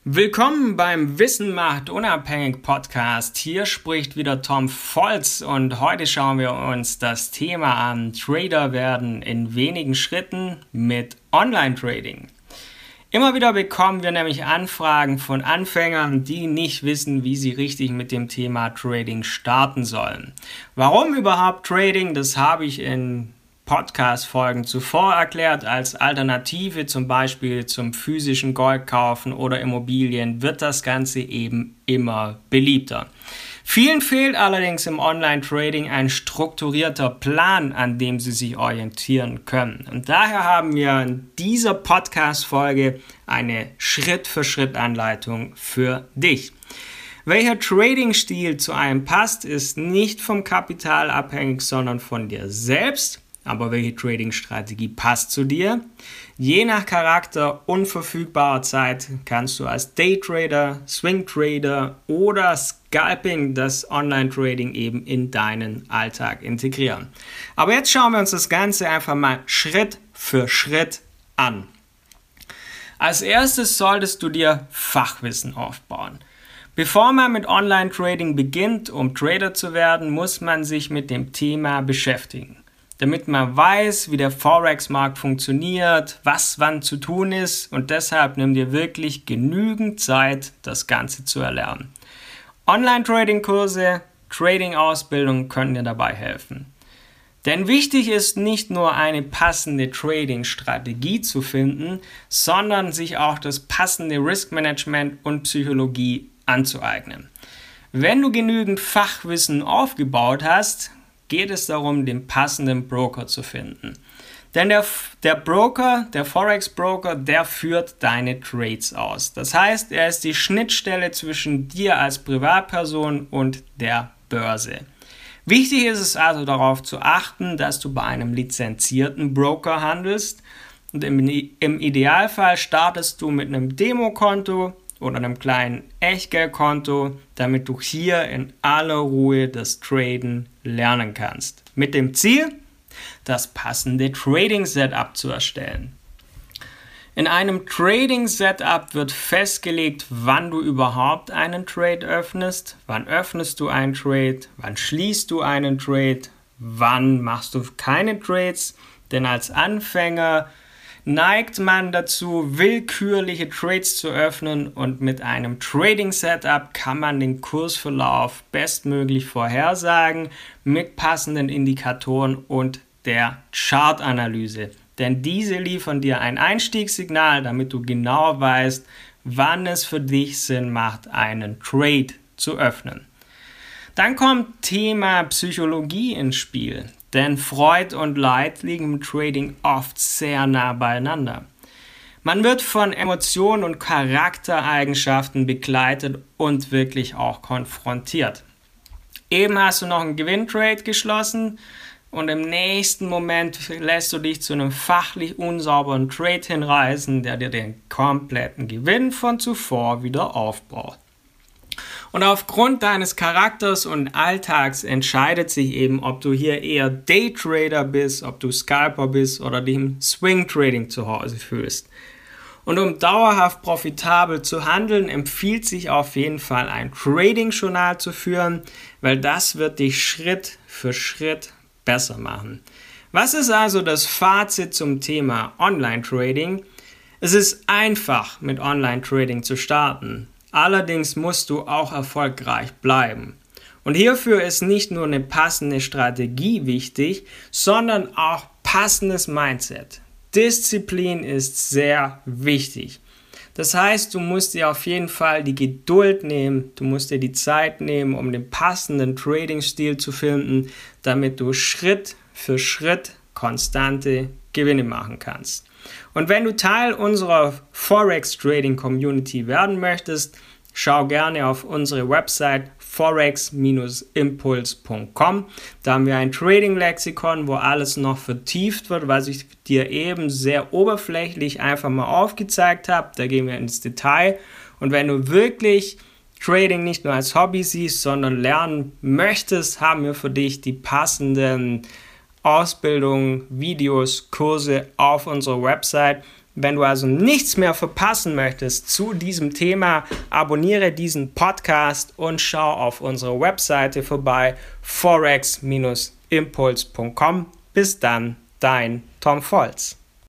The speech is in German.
Willkommen beim Wissen macht unabhängig Podcast. Hier spricht wieder Tom Volz und heute schauen wir uns das Thema an: Trader werden in wenigen Schritten mit Online-Trading. Immer wieder bekommen wir nämlich Anfragen von Anfängern, die nicht wissen, wie sie richtig mit dem Thema Trading starten sollen. Warum überhaupt Trading? Das habe ich in Podcast-Folgen zuvor erklärt. Als Alternative zum Beispiel zum physischen Gold kaufen oder Immobilien wird das Ganze eben immer beliebter. Vielen fehlt allerdings im Online-Trading ein strukturierter Plan, an dem sie sich orientieren können. Und daher haben wir in dieser Podcast-Folge eine Schritt-für-Schritt-Anleitung für dich. Welcher Trading-Stil zu einem passt, ist nicht vom Kapital abhängig, sondern von dir selbst. Aber welche Trading-Strategie passt zu dir? Je nach Charakter und verfügbarer Zeit kannst du als Daytrader, Swing-Trader oder Scalping das Online-Trading eben in deinen Alltag integrieren. Aber jetzt schauen wir uns das Ganze einfach mal Schritt für Schritt an. Als erstes solltest du dir Fachwissen aufbauen. Bevor man mit Online-Trading beginnt, um Trader zu werden, muss man sich mit dem Thema beschäftigen. Damit man weiß, wie der Forex-Markt funktioniert, was wann zu tun ist, und deshalb nimm dir wirklich genügend Zeit, das Ganze zu erlernen. Online-Trading-Kurse, Trading-Ausbildung können dir dabei helfen. Denn wichtig ist nicht nur eine passende Trading-Strategie zu finden, sondern sich auch das passende Risk-Management und Psychologie anzueignen. Wenn du genügend Fachwissen aufgebaut hast, geht es darum, den passenden Broker zu finden. Denn der Broker, der Forex-Broker, der führt deine Trades aus. Das heißt, er ist die Schnittstelle zwischen dir als Privatperson und der Börse. Wichtig ist es also darauf zu achten, dass du bei einem lizenzierten Broker handelst. Und im Idealfall startest du mit einem Demokonto oder einem kleinen Echtgeldkonto, damit du hier in aller Ruhe das Traden lernen kannst. Mit dem Ziel, das passende Trading-Setup zu erstellen. In einem Trading-Setup wird festgelegt, wann du überhaupt einen Trade öffnest, wann öffnest du einen Trade, wann schließt du einen Trade, wann machst du keine Trades, denn als Anfänger neigt man dazu, willkürliche Trades zu öffnen, und mit einem Trading-Setup kann man den Kursverlauf bestmöglich vorhersagen mit passenden Indikatoren und der Chartanalyse. Denn diese liefern dir ein Einstiegssignal, damit du genau weißt, wann es für dich Sinn macht, einen Trade zu öffnen. Dann kommt Thema Psychologie ins Spiel. Denn Freude und Leid liegen im Trading oft sehr nah beieinander. Man wird von Emotionen und Charaktereigenschaften begleitet und wirklich auch konfrontiert. Eben hast du noch einen Gewinntrade geschlossen und im nächsten Moment lässt du dich zu einem fachlich unsauberen Trade hinreißen, der dir den kompletten Gewinn von zuvor wieder aufbaut. Und aufgrund deines Charakters und Alltags entscheidet sich eben, ob du hier eher Daytrader bist, ob du Scalper bist oder dich im Swing-Trading zu Hause fühlst. Und um dauerhaft profitabel zu handeln, empfiehlt sich auf jeden Fall ein Trading-Journal zu führen, weil das wird dich Schritt für Schritt besser machen. Was ist also das Fazit zum Thema Online-Trading? Es ist einfach, mit Online-Trading zu starten. Allerdings musst du auch erfolgreich bleiben. Und hierfür ist nicht nur eine passende Strategie wichtig, sondern auch passendes Mindset. Disziplin ist sehr wichtig. Das heißt, du musst dir auf jeden Fall die Geduld nehmen, du musst dir die Zeit nehmen, um den passenden Trading-Stil zu finden, damit du Schritt für Schritt konstante Gewinne machen kannst. Und wenn du Teil unserer Forex Trading Community werden möchtest, schau gerne auf unsere Website forex-impuls.com. Da haben wir ein Trading-Lexikon, wo alles noch vertieft wird, was ich dir eben sehr oberflächlich einfach mal aufgezeigt habe. Da gehen wir ins Detail. Und wenn du wirklich Trading nicht nur als Hobby siehst, sondern lernen möchtest, haben wir für dich die passenden Ausbildungen, Videos, Kurse auf unserer Website. Wenn du also nichts mehr verpassen möchtest zu diesem Thema, abonniere diesen Podcast und schau auf unserer Webseite vorbei, forex-impuls.com. Bis dann, dein Tom Volz.